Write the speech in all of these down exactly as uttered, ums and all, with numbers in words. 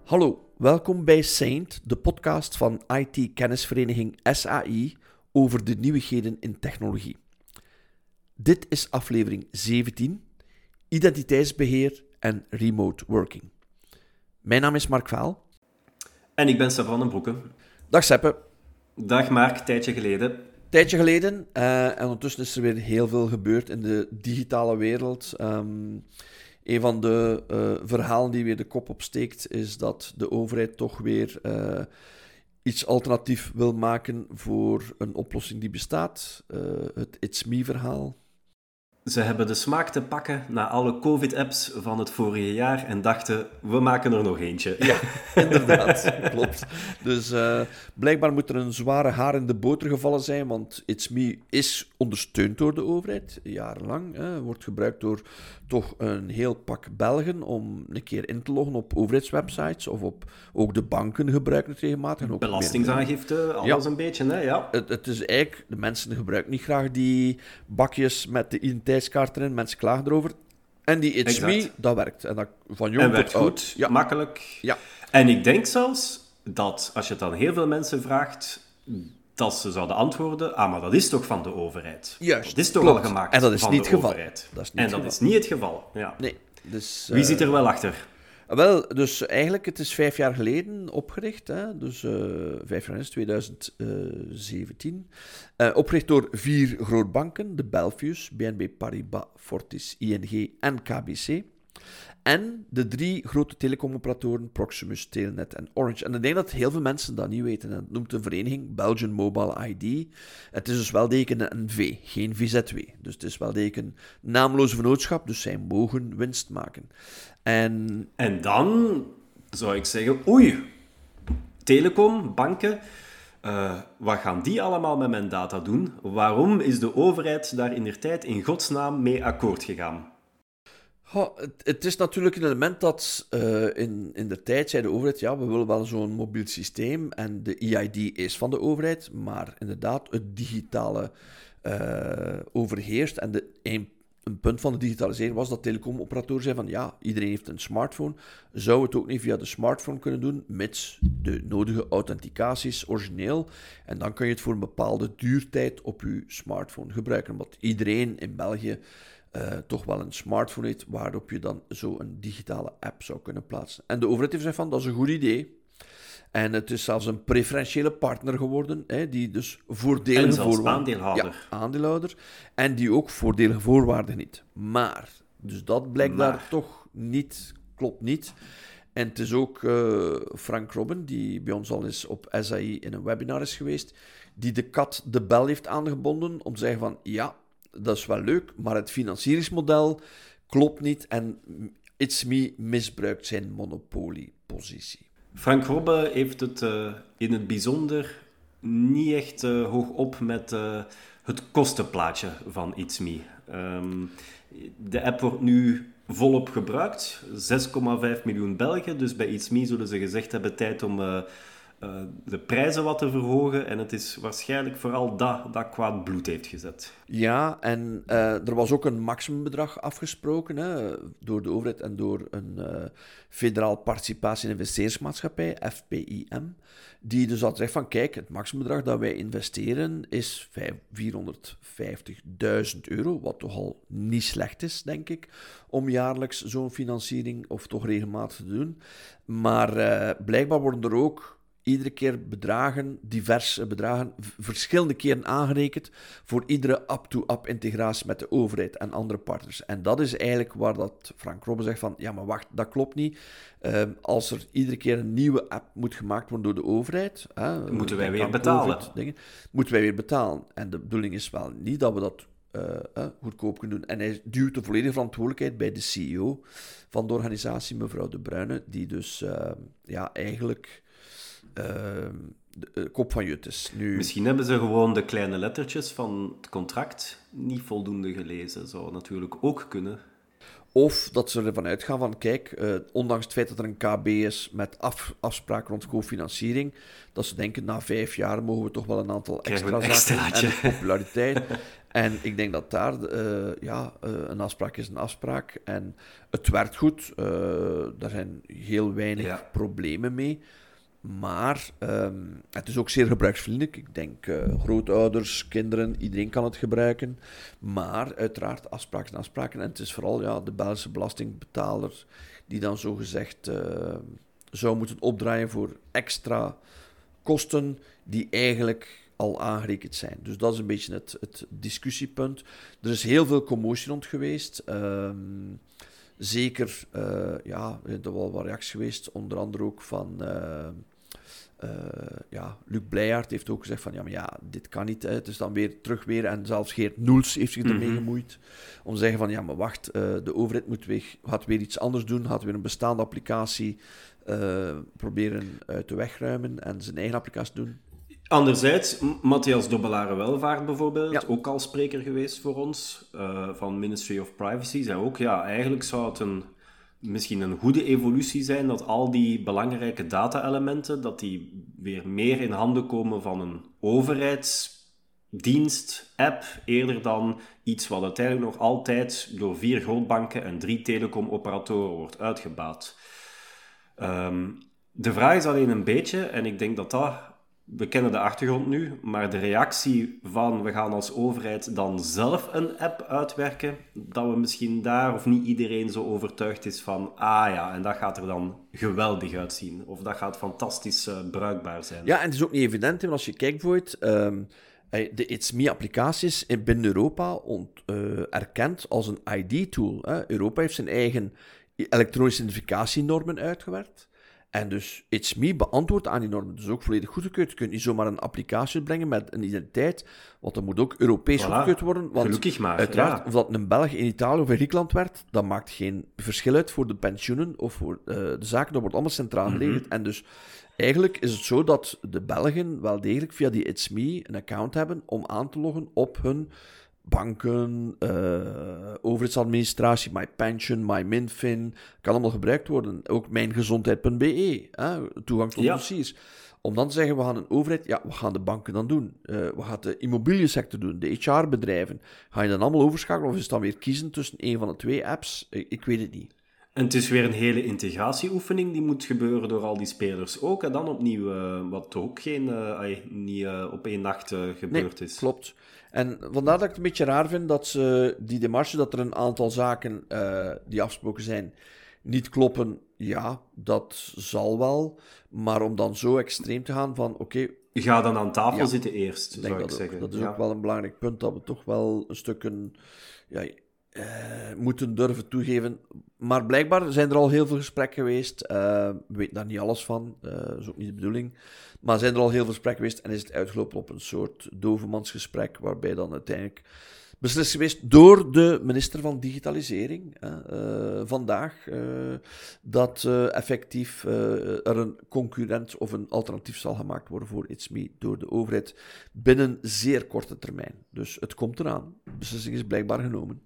Hallo, welkom bij Saint, de podcast van I T-kennisvereniging S A I over de nieuwigheden in technologie. Dit is aflevering zeventien, identiteitsbeheer en remote working. Mijn naam is Mark Vaal. En ik ben Sepp van den Broeke. Dag Seppe. Dag Mark, tijdje geleden. Tijdje geleden, uh, en ondertussen is er weer heel veel gebeurd in de digitale wereld. Um, Een van de uh, verhalen die weer de kop opsteekt, is dat de overheid toch weer uh, iets alternatief wil maken voor een oplossing die bestaat. Uh, het It's Me-verhaal. Ze hebben de smaak te pakken na alle COVID-apps van het vorige jaar en dachten, we maken er nog eentje. Ja, inderdaad, klopt. Dus uh, blijkbaar moet er een zware haar in de boter gevallen zijn, want It's Me is ondersteund door de overheid, jarenlang. Hè, wordt gebruikt door toch een heel pak Belgen om een keer in te loggen op overheidswebsites of op ook de banken gebruiken het regelmatig. Ook belastingaangifte, alles ja. een beetje, hè? Ja. Het, het is eigenlijk, de mensen gebruiken niet graag die bakjes met de identiteitskaart erin, mensen klagen erover. En die It's exact. Me, dat werkt. En dat van jong en werkt tot goed, oud. Ja. makkelijk. Ja. En ik denk zelfs dat als je het aan heel veel mensen vraagt, dat ze zouden antwoorden, ah, maar dat is toch van de overheid? Juist, dat is toch klopt. al gemaakt en dat is van niet de geval. overheid? Dat is niet en dat geval. is niet het geval. Ja. Nee. Dus, Wie uh, zit er wel achter? Wel, dus eigenlijk, het is vijf jaar geleden opgericht, hè? Dus uh, vijf jaar is twintig zeventien. Uh, opgericht door vier grootbanken, de Belfius, B N B Paribas, Fortis, I N G en K B C. En de drie grote telecomoperatoren, Proximus, Telenet en Orange. En ik denk dat heel veel mensen dat niet weten. Het noemt de vereniging Belgian Mobile I D. Het is dus wel degelijk een V, geen V Z W. Dus het is wel degelijk een naamloze vennootschap, dus zij mogen winst maken. En, en dan zou ik zeggen, oei, telecom, banken, uh, wat gaan die allemaal met mijn data doen? Waarom is de overheid daar indertijd in godsnaam mee akkoord gegaan? Oh, het, het is natuurlijk een element dat uh, in, in de tijd zei de overheid, ja, we willen wel zo'n mobiel systeem en de E I D is van de overheid, maar inderdaad, het digitale uh, overheerst en de, een, een punt van de digitalisering was dat telecomoperatoren zei van, ja, iedereen heeft een smartphone, zou het ook niet via de smartphone kunnen doen, mits de nodige authenticaties origineel, en dan kan je het voor een bepaalde duurtijd op je smartphone gebruiken, omdat iedereen in België Uh, toch wel een smartphone heeft waarop je dan zo een digitale app zou kunnen plaatsen. En de overheid heeft gezegd van, dat is een goed idee. En het is zelfs een preferentiële partner geworden, hè, die dus voordelige voorwaarden... aandeelhouder. Ja, aandeelhouder. En die ook voordelige voorwaarden niet. Maar, dus dat blijkt maar. daar toch niet, klopt niet. En het is ook uh, Frank Robben, die bij ons al eens op S A I in een webinar is geweest, die de kat de bel heeft aangebonden om te zeggen van, ja, dat is wel leuk, maar het financieringsmodel klopt niet en It's Me misbruikt zijn monopoliepositie. Frank Robben heeft het uh, in het bijzonder niet echt uh, hoog op met uh, het kostenplaatje van It's Me. Um, de app wordt nu volop gebruikt, zes komma vijf miljoen Belgen, dus bij It's Me zullen ze gezegd hebben tijd om... Uh, Uh, de prijzen wat te verhogen en het is waarschijnlijk vooral dat dat kwaad bloed heeft gezet. Ja, en uh, er was ook een maximumbedrag afgesproken hè, door de overheid en door een uh, federaal participatie- en investeringsmaatschappij, F P I M, die dus had gezegd van kijk, het maximumbedrag dat wij investeren is vierhonderdvijftigduizend euro, wat toch al niet slecht is, denk ik, om jaarlijks zo'n financiering of toch regelmatig te doen. Maar uh, blijkbaar worden er ook iedere keer bedragen, diverse bedragen, v- verschillende keren aangerekend voor iedere app-to-app integratie met de overheid en andere partners. En dat is eigenlijk waar dat Frank Robben zegt van, ja, maar wacht, dat klopt niet. Uh, als er iedere keer een nieuwe app moet gemaakt worden door de overheid, hè, moeten wij weer betalen. Dingen, moeten wij weer betalen. En de bedoeling is wel niet dat we dat uh, uh, goedkoop kunnen doen. En hij duwt de volledige verantwoordelijkheid bij de C E O van de organisatie, mevrouw De Bruyne, die dus uh, ja, eigenlijk... Uh, de, de kop van Jut is. Nu... Misschien hebben ze gewoon de kleine lettertjes van het contract niet voldoende gelezen. Zou natuurlijk ook kunnen. Of dat ze ervan uitgaan van, kijk, uh, ondanks het feit dat er een K B is met af, afspraken rond cofinanciering, dat ze denken, na vijf jaar mogen we toch wel een aantal extra zaken en populariteit. En ik denk dat daar uh, ja, uh, een afspraak is een afspraak. En het werkt goed. Uh, daar zijn heel weinig ja. problemen mee. Maar um, het is ook zeer gebruiksvriendelijk. Ik denk uh, grootouders, kinderen, iedereen kan het gebruiken. Maar uiteraard afspraken en afspraken. En het is vooral ja, de Belgische belastingbetaler die dan zogezegd uh, zou moeten opdraaien voor extra kosten die eigenlijk al aangerekend zijn. Dus dat is een beetje het, het discussiepunt. Er is heel veel commotie rond geweest. Um, zeker, uh, ja, er zijn wel wat reacties geweest, onder andere ook van... Uh, Uh, ja, Luc Blijaert heeft ook gezegd van ja, maar ja, dit kan niet. Hè. Het is dan weer terug weer. En zelfs Geert Noels heeft zich ermee mm-hmm. gemoeid. Om te zeggen van ja, maar wacht, uh, de overheid moet weer, gaat weer iets anders doen. Gaat weer een bestaande applicatie uh, proberen uit de weg ruimen en zijn eigen applicatie doen. Anderzijds, Matthias Dobbelare-Welvaart bijvoorbeeld, ja. ook al spreker geweest voor ons, uh, van Ministry of Privacy, zei ook, ja, eigenlijk zou het een, misschien een goede evolutie zijn dat al die belangrijke data-elementen, dat die weer meer in handen komen van een overheidsdienst, app, eerder dan iets wat uiteindelijk nog altijd door vier grootbanken en drie telecomoperatoren wordt uitgebaat. Um, de vraag is alleen een beetje, en ik denk dat dat... We kennen de achtergrond nu, maar de reactie van we gaan als overheid dan zelf een app uitwerken, dat we misschien daar, of niet iedereen zo overtuigd is van, ah ja, en dat gaat er dan geweldig uitzien. Of dat gaat fantastisch uh, bruikbaar zijn. Ja, en het is ook niet evident, want als je kijkt bijvoorbeeld, um, de It's Me-applicaties binnen Europa ont, uh, erkend als een I D-tool. Hè. Europa heeft zijn eigen elektronische identificatienormen uitgewerkt. En dus It's Me beantwoordt aan die normen. Dus ook volledig goedgekeurd. Je kunt niet zomaar een applicatie brengen met een identiteit, want dat moet ook Europees voilà. goedgekeurd worden. Want gelukkig maar. Uiteraard, ja. of dat een Belg in Italië of in Griekenland werd, dat maakt geen verschil uit voor de pensioenen of voor uh, de zaken. Dat wordt allemaal centraal geregeld. Mm-hmm. En dus eigenlijk is het zo dat de Belgen wel degelijk via die It's Me een account hebben om aan te loggen op hun banken, uh, overheidsadministratie, MyPension, MyMinFin, kan allemaal gebruikt worden. Ook mijngezondheid punt b e, hè, toegang tot ja. dossiers. Om dan te zeggen, we gaan een overheid, ja, wat gaan de banken dan doen? Uh, wat gaat de immobiliënsector doen? De H R-bedrijven? Ga je dan allemaal overschakelen of is het dan weer kiezen tussen een van de twee apps? Ik, ik weet het niet. En het is weer een hele integratieoefening die moet gebeuren door al die spelers ook. En dan opnieuw, uh, wat ook geen, uh, ay, niet uh, op één nacht uh, gebeurd nee, is. Klopt. En vandaar dat ik het een beetje raar vind dat ze die demarche, dat er een aantal zaken uh, die afgesproken zijn, niet kloppen. Ja, dat zal wel. Maar om dan zo extreem te gaan van, oké... Okay, ga dan aan tafel ja, zitten eerst, zou ik dat zeggen. Ook, dat is ja. ook wel een belangrijk punt, dat we toch wel een stuk ja, uh, moeten durven toegeven. Maar blijkbaar zijn er al heel veel gesprekken geweest. Uh, we weten daar niet alles van, uh, dat is ook niet de bedoeling. Maar zijn er al heel veel gesprekken geweest en is het uitgelopen op een soort dovenmansgesprek, waarbij dan uiteindelijk beslist geweest door de minister van Digitalisering uh, uh, vandaag, uh, dat uh, effectief uh, er een concurrent of een alternatief zal gemaakt worden voor It's Me door de overheid binnen zeer korte termijn. Dus het komt eraan. De beslissing is blijkbaar genomen.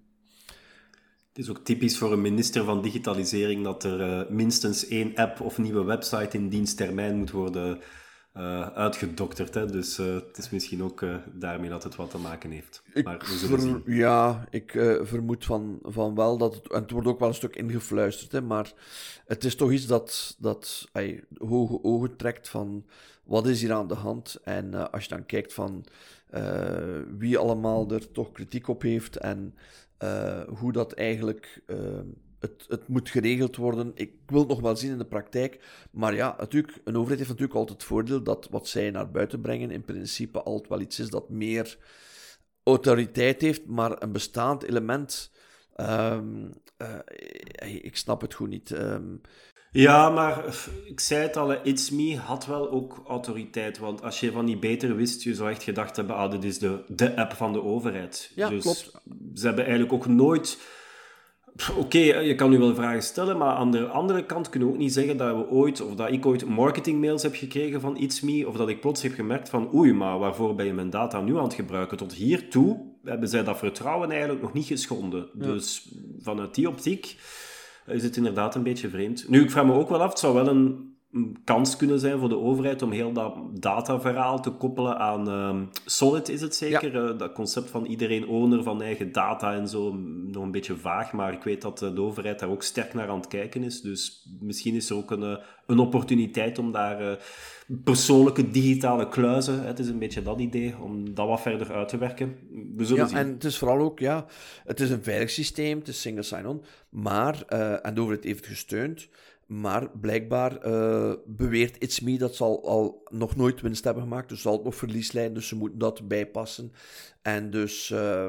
Het is ook typisch voor een minister van Digitalisering dat er uh, minstens één app of nieuwe website in diensttermijn moet worden uh, uitgedokterd. Hè? Dus uh, het is misschien ook uh, daarmee dat het wat te maken heeft. Ik maar we zullen ver, zien. Ja, ik uh, vermoed van, van wel dat het... En het wordt ook wel een stuk ingefluisterd, hè, maar het is toch iets dat, dat ay, hoge ogen trekt van wat is hier aan de hand. En uh, als je dan kijkt van uh, wie allemaal er toch kritiek op heeft en uh, hoe dat eigenlijk... Uh, Het, het moet geregeld worden. Ik wil het nog wel zien in de praktijk. Maar ja, natuurlijk, een overheid heeft natuurlijk altijd het voordeel dat wat zij naar buiten brengen in principe altijd wel iets is dat meer autoriteit heeft, maar een bestaand element... Um, uh, ik snap het goed niet. Um... Ja, maar ik zei het al, It's Me had wel ook autoriteit. Want als je van die beter wist, je zou echt gedacht hebben, ah, dit is de, de app van de overheid. Ja, dus klopt. Ze hebben eigenlijk ook nooit... Oké, okay, je kan nu wel vragen stellen, maar aan de andere kant kunnen we ook niet zeggen dat we ooit, of dat ik ooit marketingmails heb gekregen van It's Me, of dat ik plots heb gemerkt van oei, maar waarvoor ben je mijn data nu aan het gebruiken? Tot hiertoe hebben zij dat vertrouwen eigenlijk nog niet geschonden. Ja. Dus vanuit die optiek is het inderdaad een beetje vreemd. Nu, ik vraag me ook wel af, het zou wel een een kans kunnen zijn voor de overheid om heel dat dataverhaal te koppelen aan um, Solid, is het zeker? Ja. Uh, dat concept van iedereen owner van eigen data en zo, nog een beetje vaag, maar ik weet dat de overheid daar ook sterk naar aan het kijken is. Dus misschien is er ook een, een opportuniteit om daar uh, persoonlijke digitale kluizen, het is een beetje dat idee, om dat wat verder uit te werken. We zullen ja, zien. En het is vooral ook, ja, het is een veilig systeem, het is single sign-on, maar, uh, en de overheid heeft het gesteund, maar blijkbaar uh, beweert It's Me dat ze al, al nog nooit winst hebben gemaakt, dus zal het nog verlies leiden, dus ze moeten dat bijpassen. En dus uh,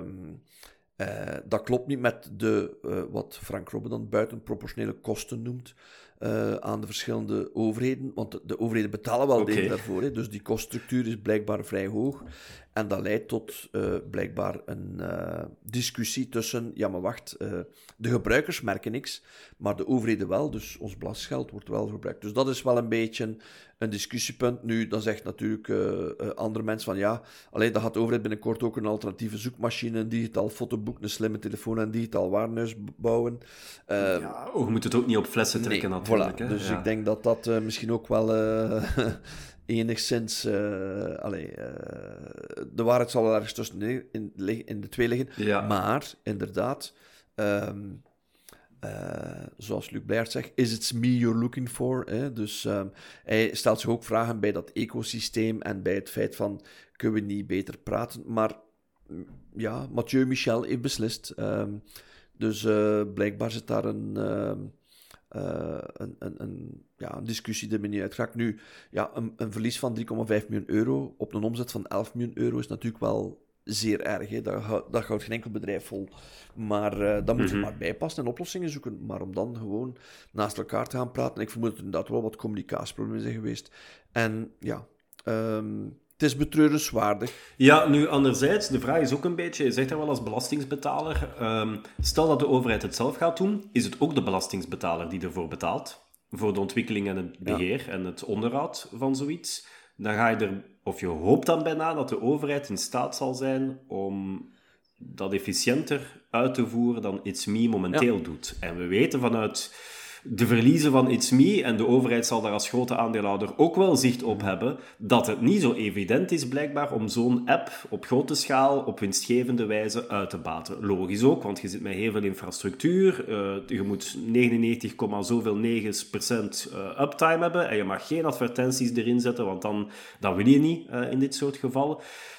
uh, dat klopt niet met de, uh, wat Frank Robben dan buitenproportionele kosten noemt, uh, aan de verschillende overheden, want de, de overheden betalen wel okay. deel daarvoor, hè, dus die koststructuur is blijkbaar vrij hoog. En dat leidt tot uh, blijkbaar een uh, discussie tussen, ja maar wacht, uh, de gebruikers merken niks, maar de overheden wel, dus ons belastinggeld wordt wel gebruikt. Dus dat is wel een beetje een, een discussiepunt. Nu, dan zegt natuurlijk uh, uh, andere mensen van ja, alleen dan gaat de overheid binnenkort ook een alternatieve zoekmachine, een digitaal fotoboek, een slimme telefoon en een digitaal warenhuis bouwen. Uh, ja, oh, je moet het ook niet op flessen trekken nee, natuurlijk. Voilà. Hè? Dus ja. ik denk dat dat uh, misschien ook wel... Uh, enigszins... Uh, allee, uh, de waarheid zal wel ergens tussen de, in, in de twee liggen. Ja. Maar, inderdaad... Um, uh, zoals Luc Blijert zegt, is it me you're looking for? Hè? Dus um, hij stelt zich ook vragen bij dat ecosysteem en bij het feit van, kunnen we niet beter praten? Maar ja, Mathieu Michel heeft beslist. Um, dus uh, blijkbaar zit daar een... Um, Uh, een, een, een, ja, een discussie die er niet uitgaat. Nu, ja, een, een verlies van drie komma vijf miljoen euro op een omzet van elf miljoen euro is natuurlijk wel zeer erg. Hè. Dat, dat houdt geen enkel bedrijf vol. Maar uh, dan moet je mm-hmm. maar bijpassen en oplossingen zoeken. Maar om dan gewoon naast elkaar te gaan praten. Ik vermoed dat er inderdaad wel wat communicatieproblemen zijn geweest. En ja... Um, Het is betreurenswaardig. Ja, nu anderzijds, de vraag is ook een beetje, je zegt er wel als belastingsbetaler, um, stel dat de overheid het zelf gaat doen, is het ook de belastingsbetaler die ervoor betaalt, voor de ontwikkeling en het beheer ja. en het onderhoud van zoiets. Dan ga je er, of je hoopt dan bijna, dat de overheid in staat zal zijn om dat efficiënter uit te voeren dan It's Me momenteel ja. doet. En we weten vanuit... de verliezen van It's Me, en de overheid zal daar als grote aandeelhouder ook wel zicht op hebben, dat het niet zo evident is blijkbaar om zo'n app op grote schaal op winstgevende wijze uit te baten. Logisch ook, want je zit met heel veel infrastructuur, uh, je moet negenennegentig komma zoveel negen procent uh, uptime hebben en je mag geen advertenties erin zetten, want dan, dat wil je niet uh, in dit soort gevallen.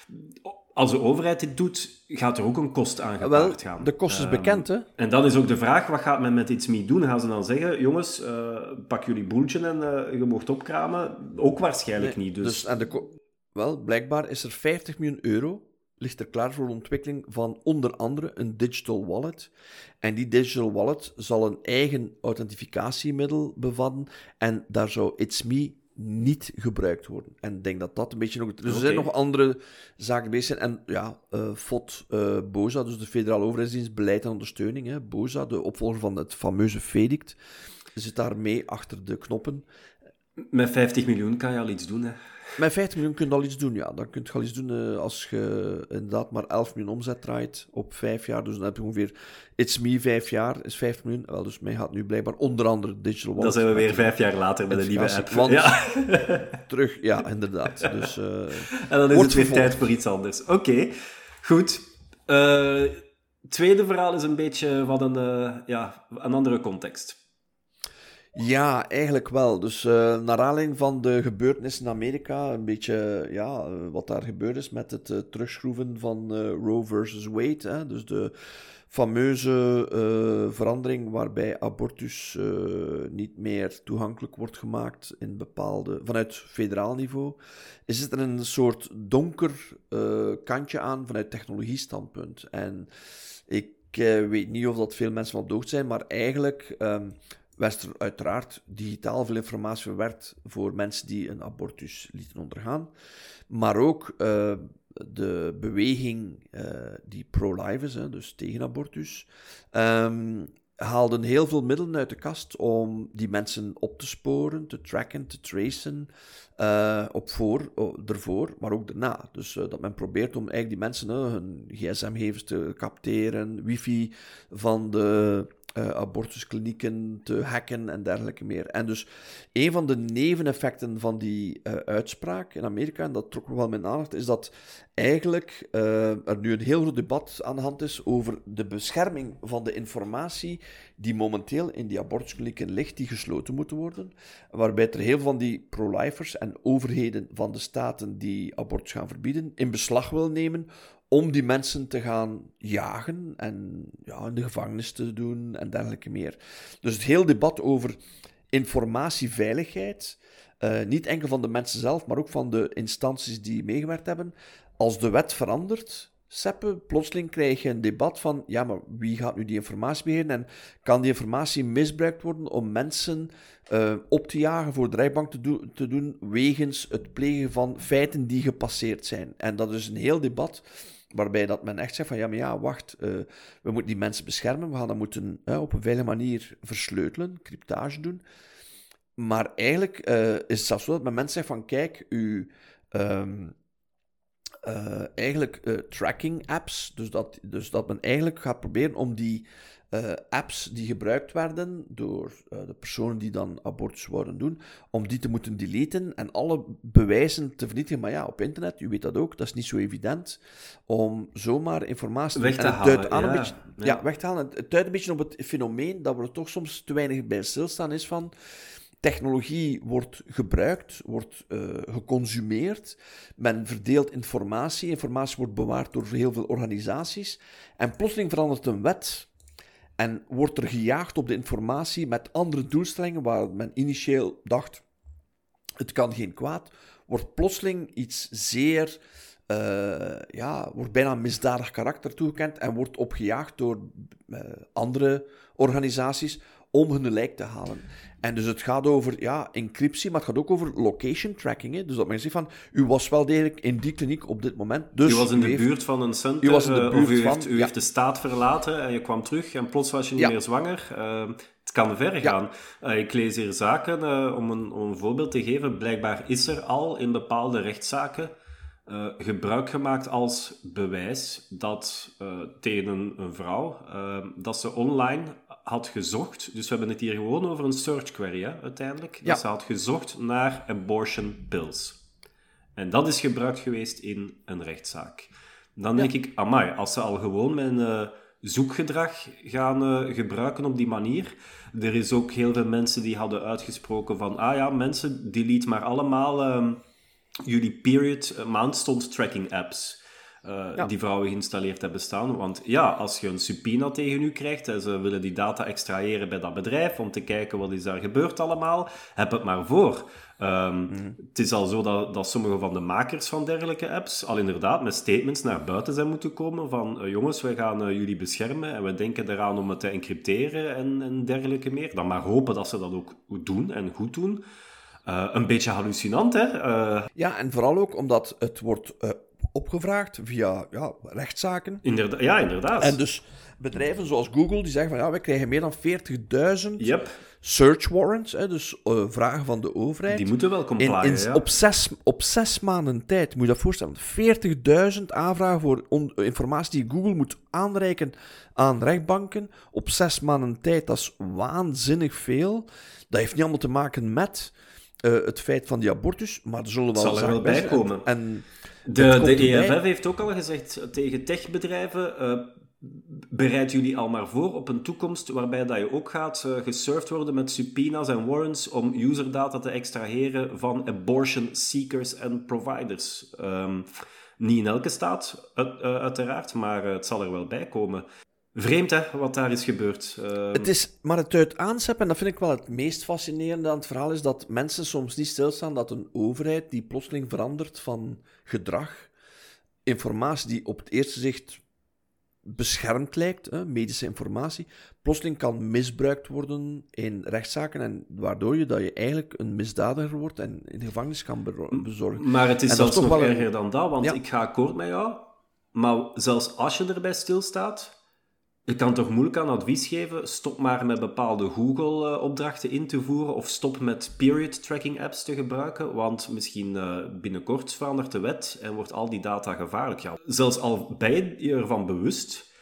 Als de overheid dit doet, gaat er ook een kost aan gepaard gaan. Wel, de kost is um, bekend, hè? En dan is ook de vraag, wat gaat men met It's Me doen? Gaan ze dan zeggen, jongens, uh, pak jullie boeltje en uh, je mocht opkramen? Ook waarschijnlijk nee, niet. Dus... dus en de ko- wel, blijkbaar is er vijftig miljoen euro, ligt er klaar voor de ontwikkeling van onder andere een digital wallet. En die digital wallet zal een eigen authentificatiemiddel bevatten en daar zou It's Me niet gebruikt worden. En ik denk dat dat een beetje nog... Dus er zijn okay. nog andere zaken bezig. En ja, uh, F O D, uh, BOZA, dus de Federale Overheidsdienst Beleid en Ondersteuning, hè, BOZA, de opvolger van het fameuze FEDICT, zit daar mee achter de knoppen. Met vijftig miljoen kan je al iets doen, hè? Met vijftig miljoen kun je al iets doen, ja. Dan kun je al iets doen uh, als je inderdaad maar elf miljoen omzet draait op vijf jaar. Dus dan heb je ongeveer It's Me vijf jaar, is vijf miljoen. Wel, dus mij gaat nu blijkbaar onder andere digital wallet. Dan zijn we weer vijf jaar later met een nieuwe app. Want, ja. terug, ja, inderdaad. Dus, uh, en dan is het weer tijd voor iets anders. Oké, okay. Goed. Uh, tweede verhaal is een beetje van een, uh, ja, een andere context. Ja, eigenlijk wel. Dus uh, naar aanleiding van de gebeurtenissen in Amerika, een beetje ja, uh, wat daar gebeurd is met het uh, terugschroeven van uh, Roe versus Wade. Hè? Dus de fameuze uh, verandering waarbij abortus uh, niet meer toegankelijk wordt gemaakt in bepaalde, vanuit federaal niveau, is er een soort donker uh, kantje aan vanuit technologiestandpunt. En ik uh, weet niet of dat veel mensen van op de hoogte zijn, maar eigenlijk... Um, werd er uiteraard digitaal veel informatie verwerkt voor mensen die een abortus lieten ondergaan. Maar ook uh, de beweging uh, die pro-life is, hè, dus tegen abortus, um, haalden heel veel middelen uit de kast om die mensen op te sporen, te tracken, te tracen, uh, op voor, oh, ervoor, maar ook daarna. Dus uh, dat men probeert om eigenlijk die mensen uh, hun gsm-gegevens te capteren, wifi van de uh, abortusklinieken te hacken en dergelijke meer. En dus een van de neveneffecten van die uh, uitspraak in Amerika, en dat trok wel mijn aandacht, is dat eigenlijk uh, er nu een heel groot debat aan de hand is over de bescherming van de informatie die momenteel in die abortusklinieken ligt, die gesloten moeten worden, waarbij er heel veel van die pro-lifers en overheden van de staten die abortus gaan verbieden, in beslag wil nemen om die mensen te gaan jagen en ja, in de gevangenis te doen en dergelijke meer. Dus het hele debat over informatieveiligheid, uh, niet enkel van de mensen zelf, maar ook van de instanties die meegewerkt hebben. Als de wet verandert, Seppe, plotseling krijg je een debat van, ja, maar wie gaat nu die informatie beheren en kan die informatie misbruikt worden om mensen uh, op te jagen, voor de rechtbank te, do- te doen, wegens het plegen van feiten die gepasseerd zijn. En dat is een heel debat waarbij dat men echt zegt van, ja, maar ja, wacht, uh, we moeten die mensen beschermen, we gaan dat moeten uh, op een veilige manier versleutelen, cryptage doen. Maar eigenlijk uh, is het zelfs zo dat men mensen zegt van, kijk, u... Um, Uh, eigenlijk uh, tracking apps, dus dat, dus dat men eigenlijk gaat proberen om die uh, apps die gebruikt werden door uh, de personen die dan abortus wouden doen, om die te moeten deleten en alle bewijzen te vernietigen. Maar ja, op internet, u weet dat ook, dat is niet zo evident om zomaar informatie weg te en het halen. duidt aan Ja, een beetje, ja. ja, weg te halen. Het duidt een beetje op het fenomeen dat we er toch soms te weinig bij stilstaan is van... Technologie wordt gebruikt, wordt uh, geconsumeerd. Men verdeelt informatie. Informatie wordt bewaard door heel veel organisaties. En plotseling verandert een wet. En wordt er gejaagd op de informatie met andere doelstellingen, waar men initieel dacht, het kan geen kwaad. Wordt plotseling iets zeer... Uh, ja, wordt bijna een misdadig karakter toegekend en wordt opgejaagd door uh, andere organisaties om hun lijk te halen. En dus het gaat over ja, encryptie, maar het gaat ook over location tracking. Hè? Dus dat men zegt van, u was wel degelijk in die kliniek op dit moment. Dus u was in u de heeft, buurt van een center, u was in de buurt of u, van, heeft, u ja. heeft de staat verlaten en je kwam terug en plots was je niet Ja. meer zwanger. Uh, het kan ver gaan. Ja. Uh, ik lees hier zaken, uh, om, een, om een voorbeeld te geven. Blijkbaar is er al in bepaalde rechtszaken Uh, gebruik gemaakt als bewijs dat uh, tegen een, een vrouw uh, dat ze online had gezocht. Dus we hebben het hier gewoon over een search query, hè, uiteindelijk. Ja. Dat ze had gezocht naar abortion pills. En dat is gebruikt geweest in een rechtszaak. Dan denk ja. ik, amai, als ze al gewoon mijn uh, zoekgedrag gaan uh, gebruiken op die manier. Er is ook heel veel mensen die hadden uitgesproken van, ah ja, mensen, delete maar allemaal... Uh, jullie period uh, maandstond tracking apps uh, ja. die vrouwen geïnstalleerd hebben staan. Want ja, als je een subpoena tegen u krijgt en ze willen die data extraheren bij dat bedrijf om te kijken wat is daar gebeurd allemaal, heb het maar voor. Um, mm-hmm. Het is al zo dat, dat sommige van de makers van dergelijke apps al inderdaad met statements naar buiten zijn moeten komen van uh, jongens, wij gaan uh, jullie beschermen en we denken eraan om het te encrypteren en, en dergelijke meer. Dan maar hopen dat ze dat ook doen en goed doen. Uh, een beetje hallucinant, hè? Uh... Ja, en vooral ook omdat het wordt uh, opgevraagd via ja, rechtszaken. Inderda- ja, inderdaad. En dus bedrijven zoals Google, die zeggen van ja, wij krijgen meer dan veertigduizend yep. search warrants, hè, dus uh, vragen van de overheid. Die moeten wel complyen, in, in, ja. op, zes, op zes maanden tijd, moet je dat voorstellen, veertigduizend aanvragen voor on- informatie die Google moet aanreiken aan rechtbanken. Op zes maanden tijd, dat is waanzinnig veel. Dat heeft niet allemaal te maken met... Uh, het feit van die abortus, maar er zullen wel zal er wel bij komen. En, en de de E F F heeft ook al gezegd tegen techbedrijven, uh, bereid jullie al maar voor op een toekomst waarbij dat je ook gaat uh, gesurfd worden met subpoena's en warrants om userdata te extraheren van abortion seekers en providers. Um, niet in elke staat, uit, uh, uiteraard, maar uh, het zal er wel bij komen. Vreemd, hè, wat daar is gebeurd. Uh... Het is, maar het uit aanzetten, en dat vind ik wel het meest fascinerende aan het verhaal, is dat mensen soms niet stilstaan dat een overheid die plotseling verandert van gedrag, informatie die op het eerste zicht beschermd lijkt, hè, medische informatie, plotseling kan misbruikt worden in rechtszaken, en waardoor je dat je eigenlijk een misdadiger wordt en in de gevangenis kan be- bezorgen. Maar het is en zelfs is nog wel erger een... dan dat, want ja. ik ga akkoord met jou, maar zelfs als je erbij stilstaat, je kan toch moeilijk aan advies geven, stop maar met bepaalde Google-opdrachten in te voeren of stop met period-tracking-apps te gebruiken, want misschien uh, binnenkort verandert de wet en wordt al die data gevaarlijk. Ja, zelfs al ben je ervan bewust,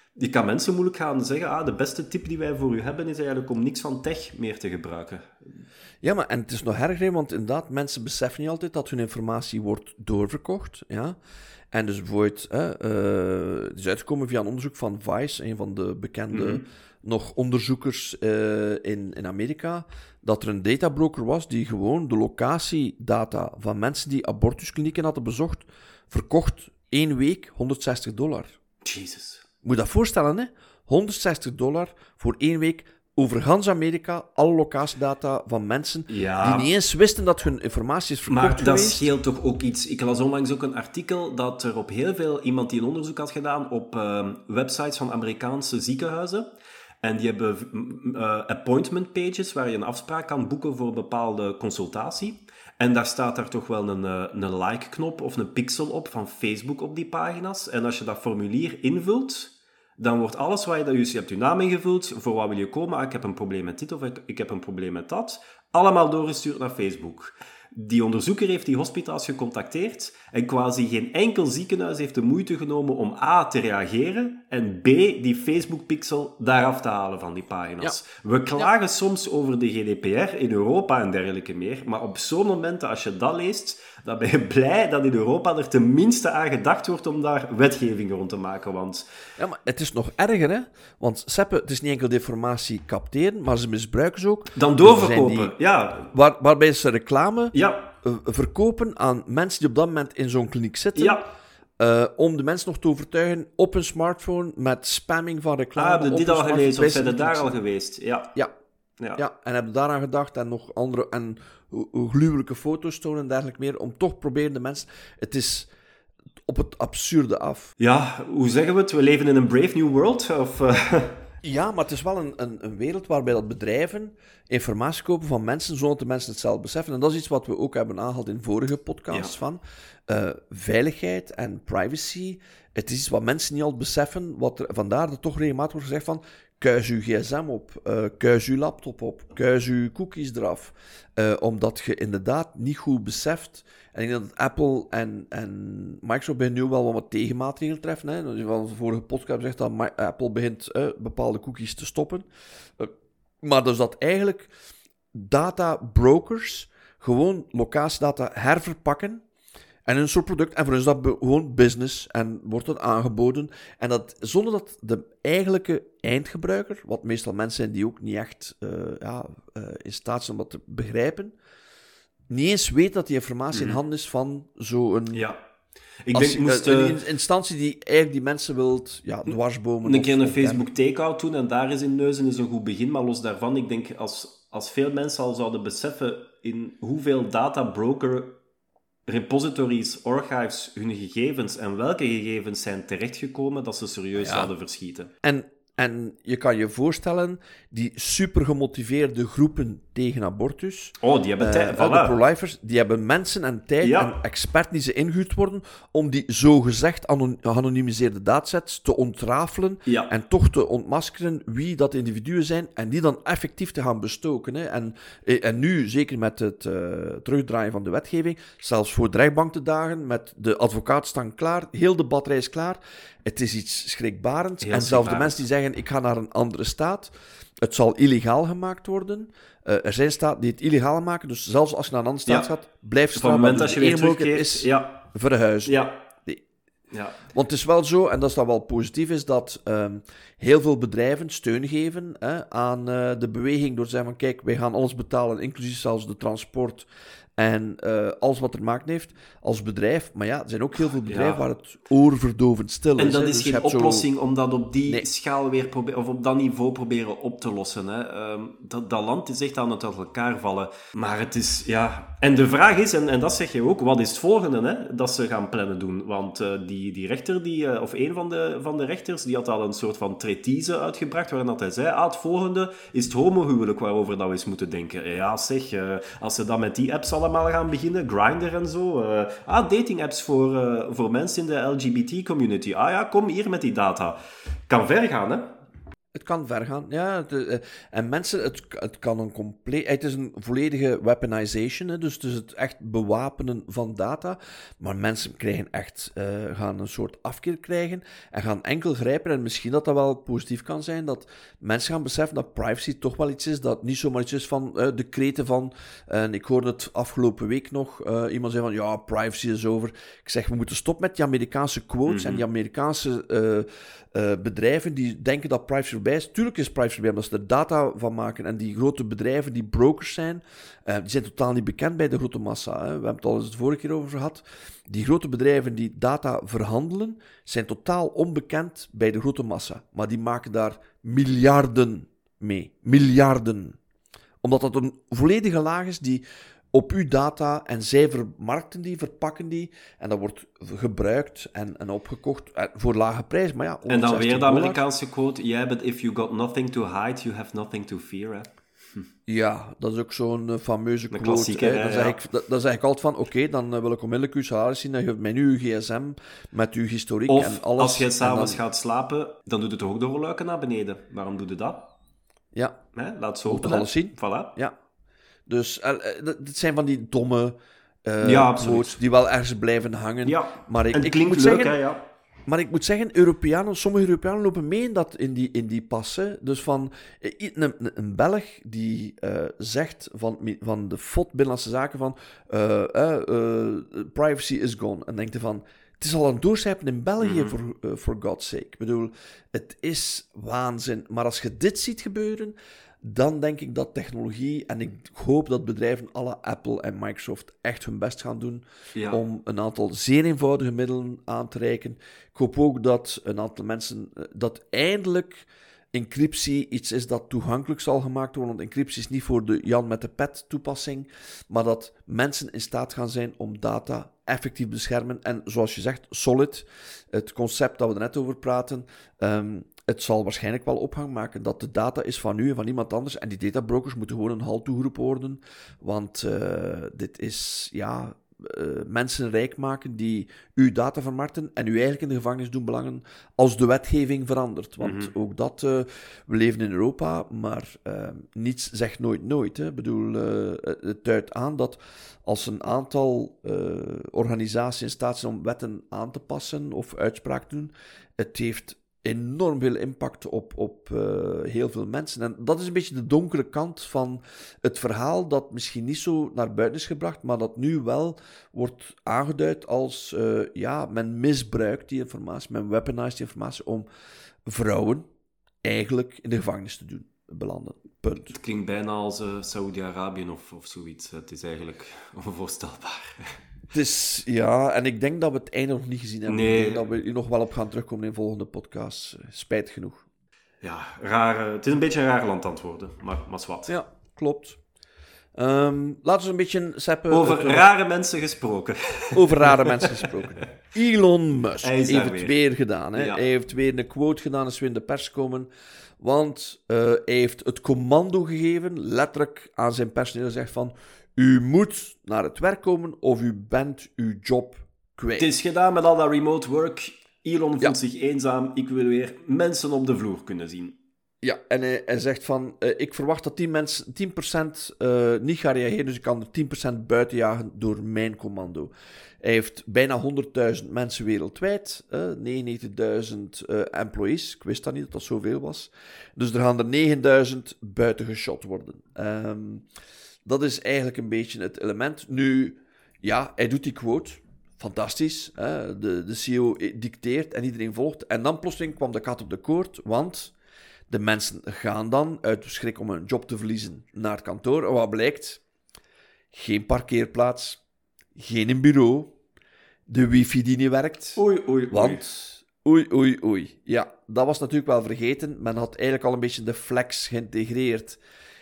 je kan mensen moeilijk gaan zeggen, ah, de beste tip die wij voor u hebben is eigenlijk om niks van tech meer te gebruiken. Ja, maar en het is nog erger, want inderdaad, mensen beseffen niet altijd dat hun informatie wordt doorverkocht. Ja? En dus bijvoorbeeld, hè, uh, het is uitgekomen via een onderzoek van Vice, een van de bekende mm-hmm. nog onderzoekers uh, in, in Amerika, dat er een databroker was die gewoon de locatiedata van mensen die abortusklinieken hadden bezocht, verkocht één week honderdzestig dollar. Jezus. Moet je dat voorstellen, hè? honderdzestig dollar voor één week over gans Amerika, alle locatiedata van mensen ja. die niet eens wisten dat hun informatie is verkocht maar geweest. Maar dat scheelt toch ook iets. Ik las onlangs ook een artikel dat er op heel veel, iemand die een onderzoek had gedaan op uh, websites van Amerikaanse ziekenhuizen. En die hebben uh, appointment pages waar je een afspraak kan boeken voor een bepaalde consultatie. En daar staat daar toch wel een, een like-knop of een pixel op van Facebook op die pagina's. En als je dat formulier invult, dan wordt alles waar je... Dus je hebt je naam ingevuld, voor wat wil je komen? Ah, ik heb een probleem met dit of ik, ik heb een probleem met dat. Allemaal doorgestuurd naar Facebook. Die onderzoeker heeft die hospitaals gecontacteerd en quasi geen enkel ziekenhuis heeft de moeite genomen om A, te reageren en B, die Facebook-pixel daaraf te halen van die pagina's. Ja. We klagen ja. soms over de G D P R in Europa en dergelijke meer, maar op zo'n momenten, als je dat leest, dan ben je blij dat in Europa er tenminste aan gedacht wordt om daar wetgeving rond te maken, want... Ja, maar het is nog erger, hè? Want Seppe, het is niet enkel de informatie capteren, maar ze misbruiken ze ook. Dan doorverkopen, die, ja. Waar, waarbij ze reclame ja. uh, verkopen aan mensen die op dat moment in zo'n kliniek zitten. Ja. Uh, om de mensen nog te overtuigen op een smartphone met spamming van reclame. Ah, heb je dit al gelezen of zijn er daar al geweest? Ja. Ja. Ja. ja, en hebben daaraan gedacht en nog andere en gruwelijke foto's tonen en dergelijke meer, om toch proberen de mensen... Het is op het absurde af. Ja, hoe zeggen we het? We leven in een brave new world? Of, uh... Ja, maar het is wel een, een, een wereld waarbij dat bedrijven informatie kopen van mensen, zonder dat de mensen het zelf beseffen. En dat is iets wat we ook hebben aangehaald in vorige podcasts, ja. van uh, veiligheid en privacy. Het is iets wat mensen niet altijd beseffen, wat er, vandaar dat toch regelmatig wordt gezegd van... Kuis uw gsm op, uh, kuis uw laptop op, kuis uw cookies eraf. Uh, omdat je inderdaad niet goed beseft. En ik denk dat Apple en, en Microsoft bij nu wel wat tegenmaatregelen treffen. Hè. Van de vorige podcast gezegd dat My- Apple begint uh, bepaalde cookies te stoppen. Uh, maar dus dat eigenlijk databrokers gewoon locatiedata herverpakken. En een soort product, en voor ons is dat gewoon business, en wordt dat aangeboden. En dat zonder dat de eigenlijke eindgebruiker, wat meestal mensen zijn die ook niet echt uh, ja, uh, in staat zijn om dat te begrijpen, niet eens weet dat die informatie mm-hmm. in handen is van zo'n... Ja. Ik als, denk, moest, uh, een instantie die eigenlijk die mensen wilt ja, dwarsbomen. Een keer een Facebook take-out doen en daar eens in neuzen is een goed begin. Maar los daarvan, ik denk als, als veel mensen al zouden beseffen in hoeveel databroker... repositories, archives, hun gegevens en welke gegevens zijn terechtgekomen, dat ze serieus ja. zouden verschieten. En, en je kan je voorstellen, die super gemotiveerde groepen tegen abortus... Oh, die hebben tijd. Uh, voilà. De pro-lifers, die hebben mensen en tijd ja. en experten die ze ingehuurd worden om die zogezegd anon- geanonimiseerde datasets te ontrafelen ja. en toch te ontmaskeren wie dat individuen zijn en die dan effectief te gaan bestoken. Hè. En, en nu, zeker met het uh, terugdraaien van de wetgeving, zelfs voor de rechtbank te dagen, met de advocaten staan klaar, heel de batterij is klaar. Het is iets schrikbarends. Heel en zelfs de mensen die zeggen, ik ga naar een andere staat, het zal illegaal gemaakt worden. Uh, er zijn staten die het illegaal maken, dus zelfs als je naar een andere staat ja. gaat, blijf staan. Op het moment als je weer terugkeert, is ja. verhuizen. Ja. Nee. Ja. Want het is wel zo, en dat is dan wel positief, is dat um, heel veel bedrijven steun geven hè, aan uh, de beweging door te zeggen van, kijk, wij gaan alles betalen, inclusief zelfs de transport en uh, alles wat er maken heeft als bedrijf. Maar ja, er zijn ook heel veel bedrijven ja. waar het oorverdovend stil is. En dat hè. is Dus geen oplossing zo... om dat op die nee. schaal weer proberen, of op dat niveau proberen op te lossen. Hè. Um, dat, dat land is echt aan het uit elkaar vallen. Maar het is, ja... En de vraag is, en, en dat zeg je ook, wat is het volgende hè, dat ze gaan plannen doen? Want uh, die, die rechter, die, uh, of een van de, van de rechters, die had al een soort van treatise uitgebracht, waarin dat hij zei, ah, het volgende is het homohuwelijk waarover dat we eens moeten denken. Ja, zeg, uh, als ze dan met die apps allemaal gaan beginnen, Grindr en zo. Uh, ah, dating apps voor, uh, voor mensen in de L G B T-community. Ah ja, kom hier met die data. Kan ver gaan, hè? Het kan ver gaan, ja. Het, uh, en mensen, het, het kan een compleet... Het is een volledige weaponization, hè, dus het is het echt bewapenen van data. Maar mensen krijgen echt, uh, gaan een soort afkeer krijgen en gaan enkel grijpen. En misschien dat dat wel positief kan zijn, dat mensen gaan beseffen dat privacy toch wel iets is, dat niet zomaar iets is van uh, de kreten van... En ik hoorde het afgelopen week nog, uh, iemand zei van, ja, privacy is over. Ik zeg, we moeten stoppen met die Amerikaanse quotes mm-hmm. en die Amerikaanse... Uh, Uh, bedrijven die denken dat privacy voorbij is. Tuurlijk is privacy voorbij, omdat ze er data van maken. En die grote bedrijven die brokers zijn, uh, die zijn totaal niet bekend bij de grote massa. Hè. We hebben het al eens de vorige keer over gehad. Die grote bedrijven die data verhandelen, zijn totaal onbekend bij de grote massa. Maar die maken daar miljarden mee. Miljarden. Omdat dat een volledige laag is die... op uw data en zij vermarkten die, verpakken die en dat wordt gebruikt en, en opgekocht voor lage prijs. Maar ja, en dan weer de Amerikaanse quote, yeah, but if you got nothing to hide, you have nothing to fear. Hè? Hm. Ja, dat is ook zo'n uh, fameuze een quote. Hè. Hè, dan, ja. zeg ik, dan, dan zeg ik altijd van, oké, okay, dan uh, wil ik onmiddellijk uw salaris zien, dan geeft mij nu uw gsm met uw historiek of, en alles. Als jij s'avonds dan... gaat slapen, dan doet het toch ook de rolluiken naar beneden. Waarom doe je dat? Ja. Hè? Laat zo toch alles zien. Voilà. Ja. Dus uh, dit zijn van die domme uh, ja, quotes die wel ergens blijven hangen. Ja, maar ik, en het ik klinkt moet leuk, zeggen, hè, ja. Maar ik moet zeggen, Europeanen, sommige Europeanen lopen mee in, dat, in, die, in die passen. Dus van een, een, een Belg die uh, zegt van, van de F O D, Binnenlandse Zaken, van uh, uh, uh, privacy is gone. En denkt hij van, het is al een doorcijpen in België, voor mm-hmm. uh, for God's sake. Ik bedoel, het is waanzin. Maar als je dit ziet gebeuren... dan denk ik dat technologie, en ik hoop dat bedrijven alle Apple en Microsoft echt hun best gaan doen ja. om een aantal zeer eenvoudige middelen aan te reiken. Ik hoop ook dat een aantal mensen, dat eindelijk encryptie iets is dat toegankelijk zal gemaakt worden, want encryptie is niet voor de Jan met de pet toepassing, maar dat mensen in staat gaan zijn om data effectief te beschermen. En zoals je zegt, solid, het concept dat we er net over praten, um, het zal waarschijnlijk wel opgang maken dat de data is van u en van iemand anders. En die databrokers moeten gewoon een halt toegeroepen worden. Want uh, dit is, ja, uh, mensen rijk maken die uw data vermarkten en u eigenlijk in de gevangenis doen belangen als de wetgeving verandert. Want mm-hmm. ook dat, uh, we leven in Europa, maar uh, niets zegt nooit nooit. Hè. Ik bedoel, uh, het duidt aan dat als een aantal uh, organisaties in staat zijn om wetten aan te passen of uitspraak te doen, het heeft enorm veel impact op, op uh, heel veel mensen. En dat is een beetje de donkere kant van het verhaal dat misschien niet zo naar buiten is gebracht, maar dat nu wel wordt aangeduid als, uh, ja, men misbruikt die informatie, men weaponized die informatie om vrouwen eigenlijk in de gevangenis te doen belanden. Punt. Het klinkt bijna als uh, Saoedi-Arabië of, of zoiets. Het is eigenlijk onvoorstelbaar. Het is, ja, en ik denk dat we het einde nog niet gezien hebben. Nee. Ik denk dat we hier nog wel op gaan terugkomen in volgende podcast. Spijt genoeg. Ja, raar, het is een beetje een raar land aan het worden, maar, maar zwart. Ja, klopt. Um, laten we een beetje... Seppen, over het, rare mensen gesproken. Over rare mensen gesproken. Elon Musk Hij heeft het weer. weer gedaan. Hè? Ja. Hij heeft weer een quote gedaan, is weer in de pers gekomen. Want uh, hij heeft het commando gegeven, letterlijk aan zijn personeel gezegd van... U moet naar het werk komen of u bent uw job kwijt. Het is gedaan met al dat remote work. Elon voelt ja. zich eenzaam. Ik wil weer mensen op de vloer kunnen zien. Ja, en hij, hij zegt van... Uh, ik verwacht dat tien, mensen, tien procent uh, niet gaan reageren, dus ik kan er tien procent buiten jagen door mijn commando. Hij heeft bijna honderdduizend mensen wereldwijd. Uh, negenennegentigduizend uh, employees. Ik wist dat niet, dat dat zoveel was. Dus er gaan er negenduizend buiten geschot worden. Um, Dat is eigenlijk een beetje het element. Nu, ja, hij doet die quote. Fantastisch. Hè? De, de C E O dicteert en iedereen volgt. En dan plotseling kwam de kat op de koord, want de mensen gaan dan uit schrik om hun job te verliezen naar het kantoor. En wat blijkt? Geen parkeerplaats, geen bureau, de wifi die niet werkt. Oei, oei, oei. Want, oei, oei, oei. Ja, dat was natuurlijk wel vergeten. Men had eigenlijk al een beetje de flex geïntegreerd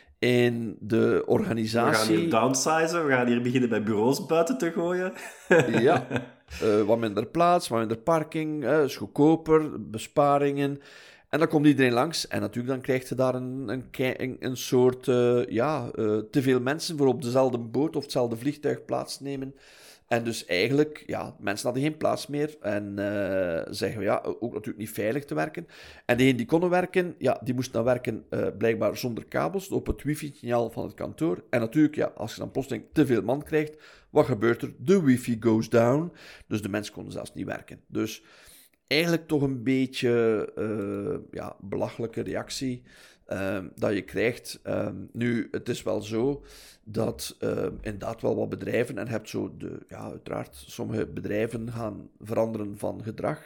in de organisatie. We gaan hier downsizen, we gaan hier beginnen bij bureaus buiten te gooien. Ja, uh, wat minder plaats, wat minder parking, uh, is goedkoper, besparingen. En dan komt iedereen langs en natuurlijk dan krijg je daar een, een, een, een soort, uh, ja, uh, te veel mensen voor op dezelfde boot of hetzelfde vliegtuig plaatsnemen. En dus eigenlijk, ja, mensen hadden geen plaats meer en uh, zeggen, ja, ook natuurlijk niet veilig te werken. En degenen die konden werken, ja, die moesten dan werken uh, blijkbaar zonder kabels, op het wifi-signaal van het kantoor. En natuurlijk, ja, als je dan plotseling te veel man krijgt, wat gebeurt er? De wifi goes down. Dus de mensen konden zelfs niet werken. Dus eigenlijk toch een beetje uh, ja, belachelijke reactie uh, dat je krijgt. Uh, nu, het is wel zo dat uh, inderdaad wel wat bedrijven, en je hebt zo de, ja, uiteraard, sommige bedrijven gaan veranderen van gedrag.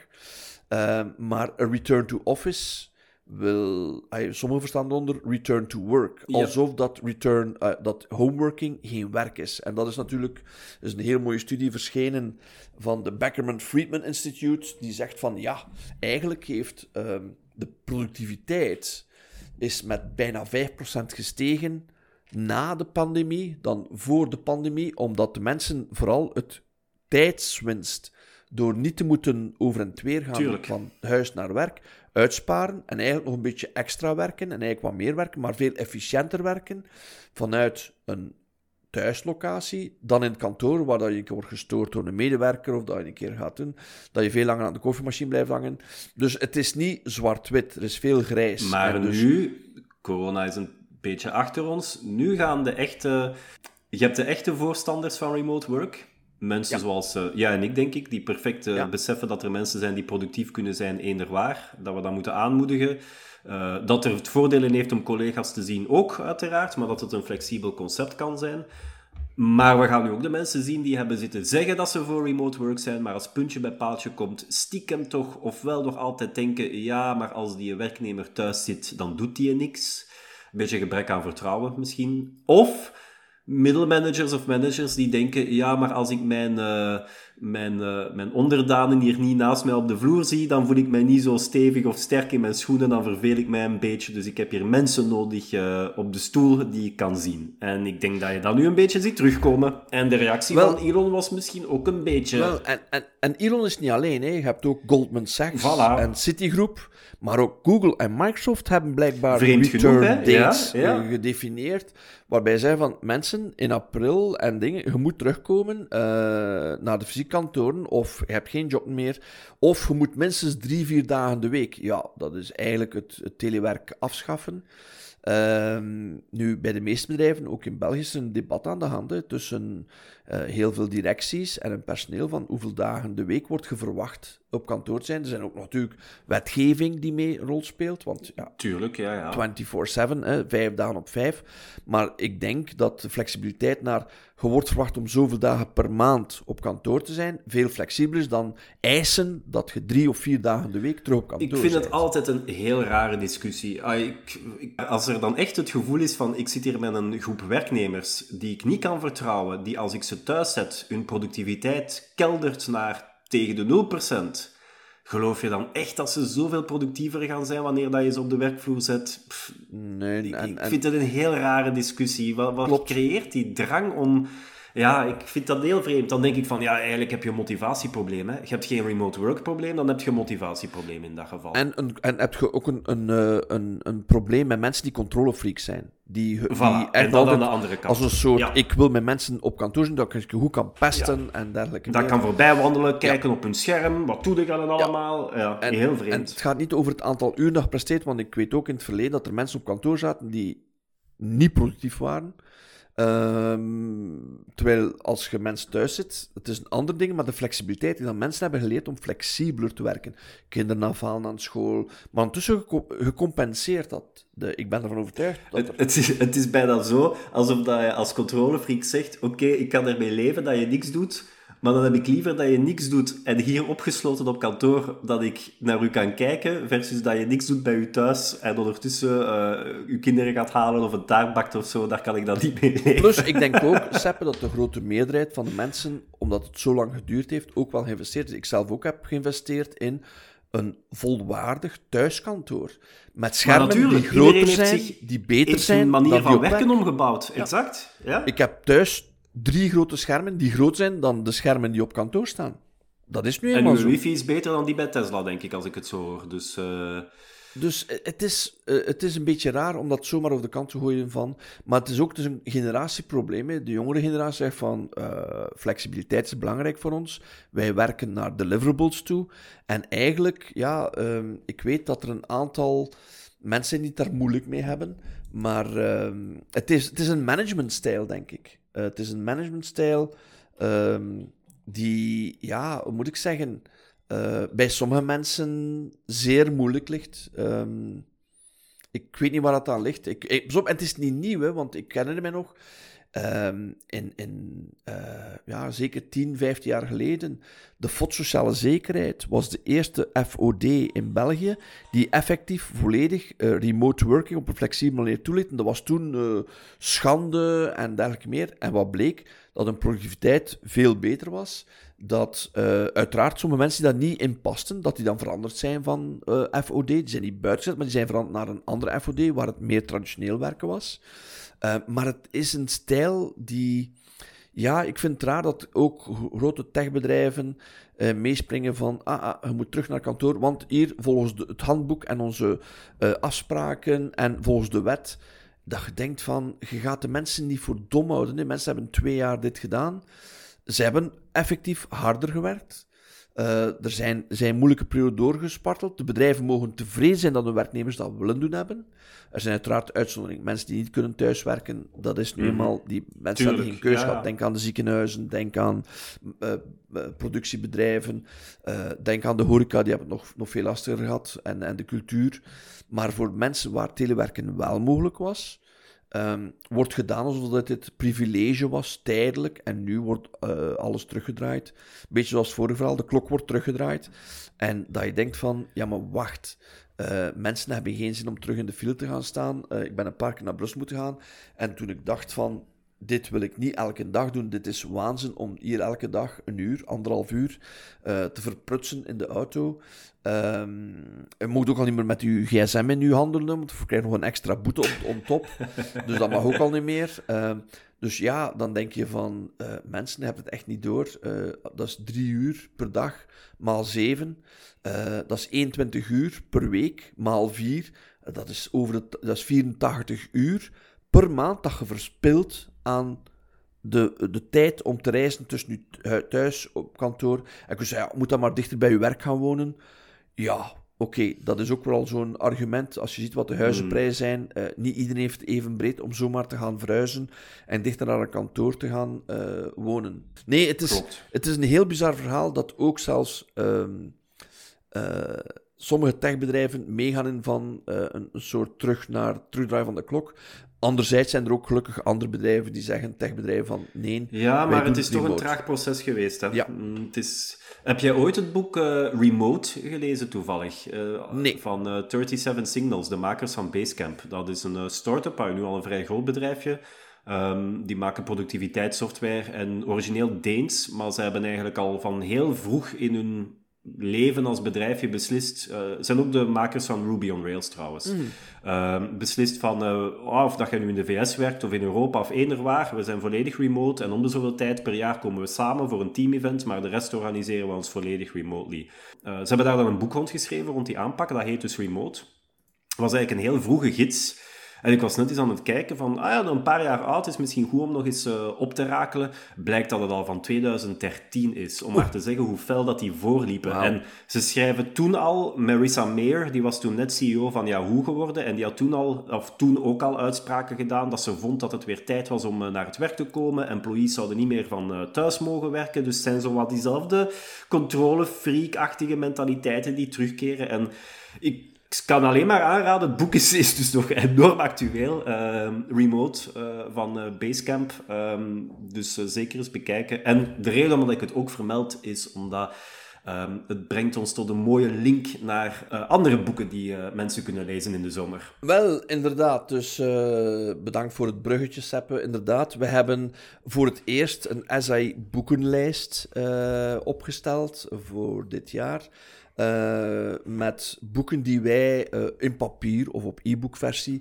Uh, maar een return to office wil, sommigen verstaan onder return to work. Ja. Alsof dat return, uh, dat homeworking geen werk is. En dat is natuurlijk is een heel mooie studie verschenen van de Beckerman-Friedman Institute, die zegt van, ja, eigenlijk heeft um, de productiviteit is met bijna vijf procent gestegen na de pandemie dan voor de pandemie, omdat de mensen vooral het tijdswinst door niet te moeten over en het weer gaan Tuurlijk. van huis naar werk, uitsparen en eigenlijk nog een beetje extra werken en eigenlijk wat meer werken, maar veel efficiënter werken vanuit een thuislocatie dan in het kantoor, waar dat je een keer wordt gestoord door een medewerker of dat je een keer gaat doen, dat je veel langer aan de koffiemachine blijft hangen. Dus het is niet zwart-wit, er is veel grijs. Maar en dus... nu, corona is een beetje achter ons, nu gaan de echte... Je hebt de echte voorstanders van remote work. Mensen Ja. zoals uh, jij en ik, denk ik, die perfect uh, Ja. beseffen dat er mensen zijn die productief kunnen zijn, eender waar. Dat we dat moeten aanmoedigen. Uh, dat er het voordeel in heeft om collega's te zien ook, uiteraard. Maar dat het een flexibel concept kan zijn. Maar we gaan nu ook de mensen zien die hebben zitten zeggen dat ze voor remote work zijn, maar als puntje bij paaltje komt, stiekem toch ofwel nog altijd denken, ja, maar als die werknemer thuis zit, dan doet die niks. Een beetje gebrek aan vertrouwen misschien. Of middelmanagers of managers die denken, ja, maar als ik mijn, uh, mijn, uh, mijn onderdanen hier niet naast mij op de vloer zie, dan voel ik mij niet zo stevig of sterk in mijn schoenen, dan verveel ik mij een beetje. Dus ik heb hier mensen nodig uh, op de stoel die ik kan zien. En ik denk dat je dat nu een beetje ziet terugkomen. En de reactie Wel, van Elon was misschien ook een beetje... Wel, en, en, en Elon is niet alleen, hè. Je hebt ook Goldman Sachs Voilà. en Citigroup, maar ook Google en Microsoft hebben blijkbaar Vreemd return genoeg, hè? dates Ja, ja. gedefinieerd, waarbij zij van mensen in april en dingen, je moet terugkomen uh, naar de fysieke kantoren, of je hebt geen job meer, of je moet minstens drie, vier dagen de week. Ja, dat is eigenlijk het, het telewerk afschaffen. Uh, nu, bij de meeste bedrijven, ook in België, is er een debat aan de hand hè, tussen uh, heel veel directies en een personeel van hoeveel dagen de week wordt je verwacht op kantoor te zijn. Er zijn ook natuurlijk wetgeving die mee een rol speelt, want ja, Tuurlijk, ja, ja. vierentwintig zeven, hè, vijf dagen op vijf. Maar ik denk dat de flexibiliteit naar je wordt verwacht om zoveel dagen per maand op kantoor te zijn, veel flexibeler is dan eisen dat je drie of vier dagen de week terug op kantoor Ik vind bent. het altijd een heel rare discussie. Ah, ik, ik, als er dan echt het gevoel is van, ik zit hier met een groep werknemers die ik niet kan vertrouwen, die als ik ze thuis zet, hun productiviteit keldert naar tegen de nul procent. Geloof je dan echt dat ze zoveel productiever gaan zijn wanneer dat je ze op de werkvloer zet? Pff, Nee, ik, en, ik en, vind het een heel rare discussie. Wat, wat Klopt. creëert die drang om... Ja, ik vind dat heel vreemd. Dan denk ik van, ja, eigenlijk heb je een motivatieprobleem. Hè? Je hebt geen remote work probleem, dan heb je een motivatieprobleem in dat geval. En, een, en heb je ook een, een, eh, een, een probleem met mensen die controlefreaks zijn. Die, die Voilà, echt en dan altijd aan de andere kant. als een soort, Ja. ik wil met mensen op kantoor zijn, dat ik goed kan pesten en dergelijke. Dat meer. kan voorbij wandelen, kijken op hun scherm. Wat doe ik dan allemaal? Ja, En, heel en vreemd. het gaat niet over het aantal uren dat je presteert, want ik weet ook in het verleden dat er mensen op kantoor zaten die niet productief waren. Um, terwijl als je mensen thuis zit, het is een ander ding, maar de flexibiliteit die dan mensen hebben geleerd om flexibeler te werken. Kinderen afhalen aan school, maar ondertussen geco- gecompenseerd dat. De, ik ben ervan overtuigd dat Het, er... het, is, het is bijna zo alsof dat je als controlefreak zegt, oké, okay, ik kan ermee leven dat je niks doet, maar dan heb ik liever dat je niks doet en hier opgesloten op kantoor dat ik naar u kan kijken, versus dat je niks doet bij u thuis en ondertussen uh, uw kinderen gaat halen of een taart bakt of zo, daar kan ik dat niet mee leven. Plus, ik denk ook, Seppe, dat de grote meerderheid van de mensen, omdat het zo lang geduurd heeft, ook wel geïnvesteerd is. Ik zelf ook heb geïnvesteerd in een volwaardig thuiskantoor. Met schermen die groter zijn, die beter zijn een manier dan van die op werken werk. omgebouwd. Ja. Exact. Ja. Ik heb thuis drie grote schermen die groter zijn dan de schermen die op kantoor staan. Dat is nu En eenmaal uw zo. wifi is beter dan die bij Tesla, denk ik, als ik het zo hoor. Dus uh, Dus het is, uh, het is een beetje raar om dat zomaar over de kant te gooien van... Maar het is ook dus een generatieprobleem. Hè. De jongere generatie zegt van... Uh, flexibiliteit is belangrijk voor ons. Wij werken naar deliverables toe. En eigenlijk, ja... Um, ik weet dat er een aantal mensen die het daar moeilijk mee hebben. Maar um, het, is, het is een managementstijl, denk ik. Uh, het is een managementstijl... Um, die, ja, hoe moet ik zeggen... Uh, bij sommige mensen zeer moeilijk ligt. Um, ik weet niet waar dat aan ligt. Ik, ik, en het is niet nieuw, hè, want ik herinner me nog... Um, in, in uh, ja, zeker tien, vijftien jaar geleden... De F O D Sociale Zekerheid was de eerste F O D in België... die effectief volledig uh, remote working op een flexibele manier toeliet. En dat was toen uh, schande en dergelijke meer. En wat bleek? Dat een productiviteit veel beter was... dat uh, uiteraard sommige mensen die daar niet in pasten, dat die dan veranderd zijn van uh, F O D. Die zijn niet buitengezet, maar die zijn veranderd naar een andere F O D, waar het meer traditioneel werken was. Uh, maar het is een stijl die... Ja, ik vind het raar dat ook grote techbedrijven uh, meespringen van ah, ah, je moet terug naar kantoor, want hier, volgens de, het handboek en onze uh, afspraken en volgens de wet, dat je denkt van, je gaat de mensen niet voor dom houden. Nee, mensen hebben twee jaar dit gedaan. Ze hebben effectief harder gewerkt. Uh, er zijn, zijn moeilijke perioden doorgesparteld. De bedrijven mogen tevreden zijn dat hun werknemers dat willen doen hebben. Er zijn uiteraard uitzonderingen. Mensen die niet kunnen thuiswerken, dat is nu eenmaal... Mm-hmm. Die mensen Tuurlijk, hebben geen keuze ja, gehad. Ja. Denk aan de ziekenhuizen, denk aan uh, uh, productiebedrijven, uh, denk aan de horeca, die hebben het nog, nog veel lastiger gehad, en, en de cultuur. Maar voor mensen waar telewerken wel mogelijk was... Um, wordt gedaan alsof dit privilege was, tijdelijk, en nu wordt uh, alles teruggedraaid. Beetje zoals het vorige verhaal, de klok wordt teruggedraaid. En dat je denkt van, ja maar wacht, uh, mensen hebben geen zin om terug in de file te gaan staan. Uh, ik ben een paar keer naar Brussel moeten gaan, en toen ik dacht van, dit wil ik niet elke dag doen, dit is waanzin om hier elke dag een uur, anderhalf uur uh, te verprutsen in de auto. Um, je moet ook al niet meer met je gsm in je handen doen, want je krijgt nog een extra boete op, on top. Dus dat mag ook al niet meer. Um, dus ja, dan denk je van, uh, mensen hebben het echt niet door. Uh, dat is drie uur per dag, maal zeven. Uh, dat is eenentwintig uur per week, maal vier. Uh, dat is over de, dat is vierentachtig uur per maand dat je verspilt aan de, de tijd om te reizen tussen je thuis op kantoor. En je zei, ja, moet dan maar dichter bij je werk gaan wonen. Ja, oké, okay, dat is ook wel zo'n argument. Als je ziet wat de huizenprijzen zijn, uh, niet iedereen heeft even breed om zomaar te gaan verhuizen en dichter naar een kantoor te gaan uh, wonen. Nee, het is, het is een heel bizar verhaal dat ook zelfs um, uh, sommige techbedrijven meegaan in van uh, een, een soort terug naar terugdraaien van de klok. Anderzijds zijn er ook gelukkig andere bedrijven die zeggen, techbedrijven van nee. Ja, maar het is toch een traag proces geweest. Hè? Ja. Het is... Heb jij ooit het boek uh, Remote gelezen toevallig? Uh, nee. Van uh, zevenendertig Signals, de makers van Basecamp. Dat is een uh, start-up, maar nu al een vrij groot bedrijfje. Um, die maken productiviteitssoftware en origineel Deens, maar ze hebben eigenlijk al van heel vroeg in hun leven als bedrijfje beslist... Uh, zijn ook de makers van Ruby on Rails trouwens. Mm. Uh, beslist van uh, oh, of dat je nu in de V S werkt of in Europa of eender waar. We zijn volledig remote en om de zoveel tijd per jaar komen we samen voor een team-event, maar de rest organiseren we ons volledig remotely. Uh, ze hebben daar dan een boek rond geschreven, rond die aanpak. Dat heet dus Remote. Het was eigenlijk een heel vroege gids. En ik was net eens aan het kijken van, ah ja, een paar jaar oud is misschien goed om nog eens uh, op te rakelen. Blijkt dat het al van twintig dertien is, om maar te zeggen hoe fel dat die voorliepen. Wow. En ze schrijven toen al, Marissa Mayer, die was toen net C E O van Yahoo geworden, en die had toen, al, of toen ook al uitspraken gedaan dat ze vond dat het weer tijd was om uh, naar het werk te komen. Employees zouden niet meer van uh, thuis mogen werken, dus het zijn zo wat diezelfde controle-freak-achtige mentaliteiten die terugkeren. En ik... Ik kan alleen maar aanraden, het boek is, is dus nog enorm actueel. Uh, remote uh, van uh, Basecamp. Um, dus uh, zeker eens bekijken. En de reden omdat ik het ook vermeld is omdat um, het brengt ons tot een mooie link naar uh, andere boeken die uh, mensen kunnen lezen in de zomer. Wel, inderdaad. Dus uh, bedankt voor het bruggetje, Seppe. Inderdaad, we hebben voor het eerst een S A I-boekenlijst uh, opgesteld voor dit jaar. Uh, met boeken die wij uh, in papier of op e-bookversie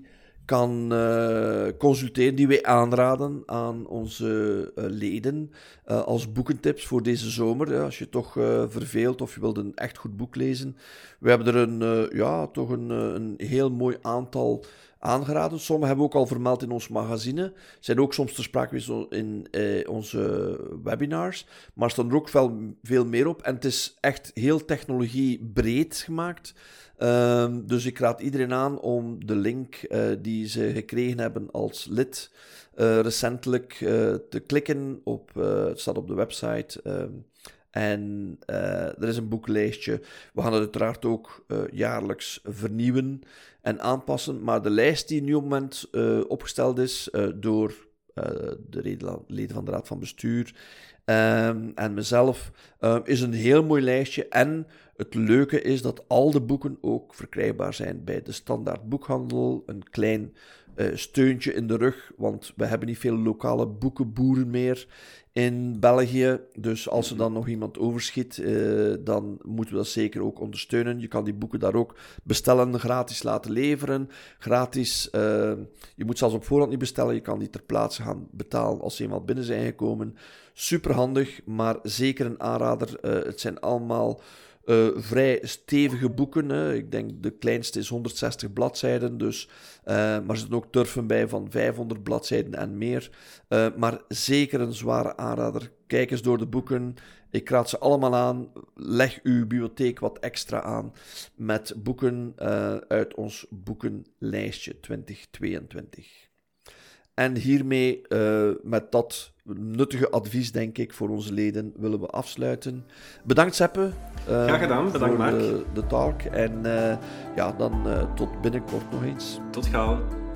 kan uh, consulteren, die wij aanraden aan onze uh, leden uh, als boekentips voor deze zomer. Uh, als je toch uh, verveelt of je wilt een echt goed boek lezen. We hebben er een, uh, ja, toch een, een heel mooi aantal aangeraden. Sommige hebben we ook al vermeld in ons magazine. Zijn ook soms ter sprake geweest in uh, onze webinars. Maar er staan er ook veel, veel meer op. En het is echt heel technologiebreed gemaakt. Um, dus ik raad iedereen aan om de link uh, die ze gekregen hebben als lid uh, recentelijk uh, te klikken. Op, uh, het staat op de website. Um, en uh, er is een boeklijstje. We gaan het uiteraard ook uh, jaarlijks vernieuwen en aanpassen. Maar de lijst die nu op het moment uh, opgesteld is uh, door uh, de leden van de Raad van Bestuur um, en mezelf, uh, is een heel mooi lijstje. En het leuke is dat al de boeken ook verkrijgbaar zijn bij de standaard boekhandel. Een klein uh, steuntje in de rug, want we hebben niet veel lokale boekenboeren meer in België. Dus als er dan nog iemand overschiet, uh, dan moeten we dat zeker ook ondersteunen. Je kan die boeken daar ook bestellen, gratis laten leveren. Gratis, uh, je moet zelfs op voorhand niet bestellen. Je kan die ter plaatse gaan betalen als ze eenmaal binnen zijn gekomen. Superhandig, maar zeker een aanrader. Uh, het zijn allemaal Uh, vrij stevige boeken. Hè. Ik denk de kleinste is honderdzestig bladzijden, dus, uh, maar er zitten ook turfen bij van vijfhonderd bladzijden en meer. Uh, maar zeker een zware aanrader. Kijk eens door de boeken. Ik raad ze allemaal aan. Leg uw bibliotheek wat extra aan met boeken uh, uit ons boekenlijstje twintig tweeëntwintig. En hiermee, uh, met dat nuttige advies, denk ik, voor onze leden, willen we afsluiten. Bedankt, Seppe. Uh, Graag gedaan, bedankt, Mark. Voor de, de talk. En uh, ja, dan uh, tot binnenkort nog eens. Tot gauw.